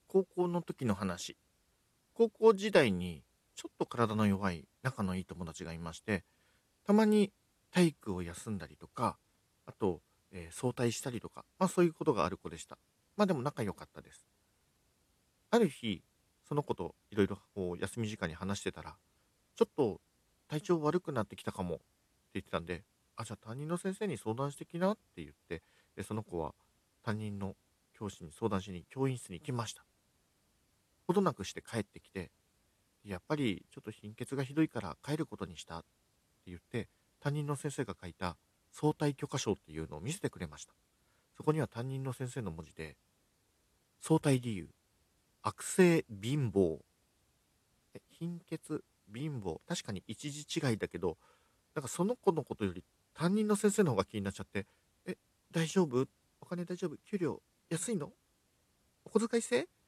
高校の時の話。高校時代にちょっと体の弱い仲のいい友達がいまして、たまに体育を休んだりとか、あと、早退したりとか、そういうことがある子でした。でも仲良かったです。ある日、その子といろいろこう休み時間に話してたら、ちょっと体調悪くなってきたかもって言ってたんで、じゃあ担任の先生に相談してきなって言って、その子は担任の教師に相談しに教員室に行きました。ほどなくして帰ってきて、やっぱりちょっと貧血がひどいから帰ることにしたって言って、担任の先生が書いた早退許可証っていうのを見せてくれました。そこには担任の先生の文字で、早退理由、悪性貧乏。貧血、貧乏。確かに一時違いだけど、なんかその子のことより担任の先生の方が気になっちゃって、え、大丈夫？お金大丈夫？給料安いの？お小遣い制？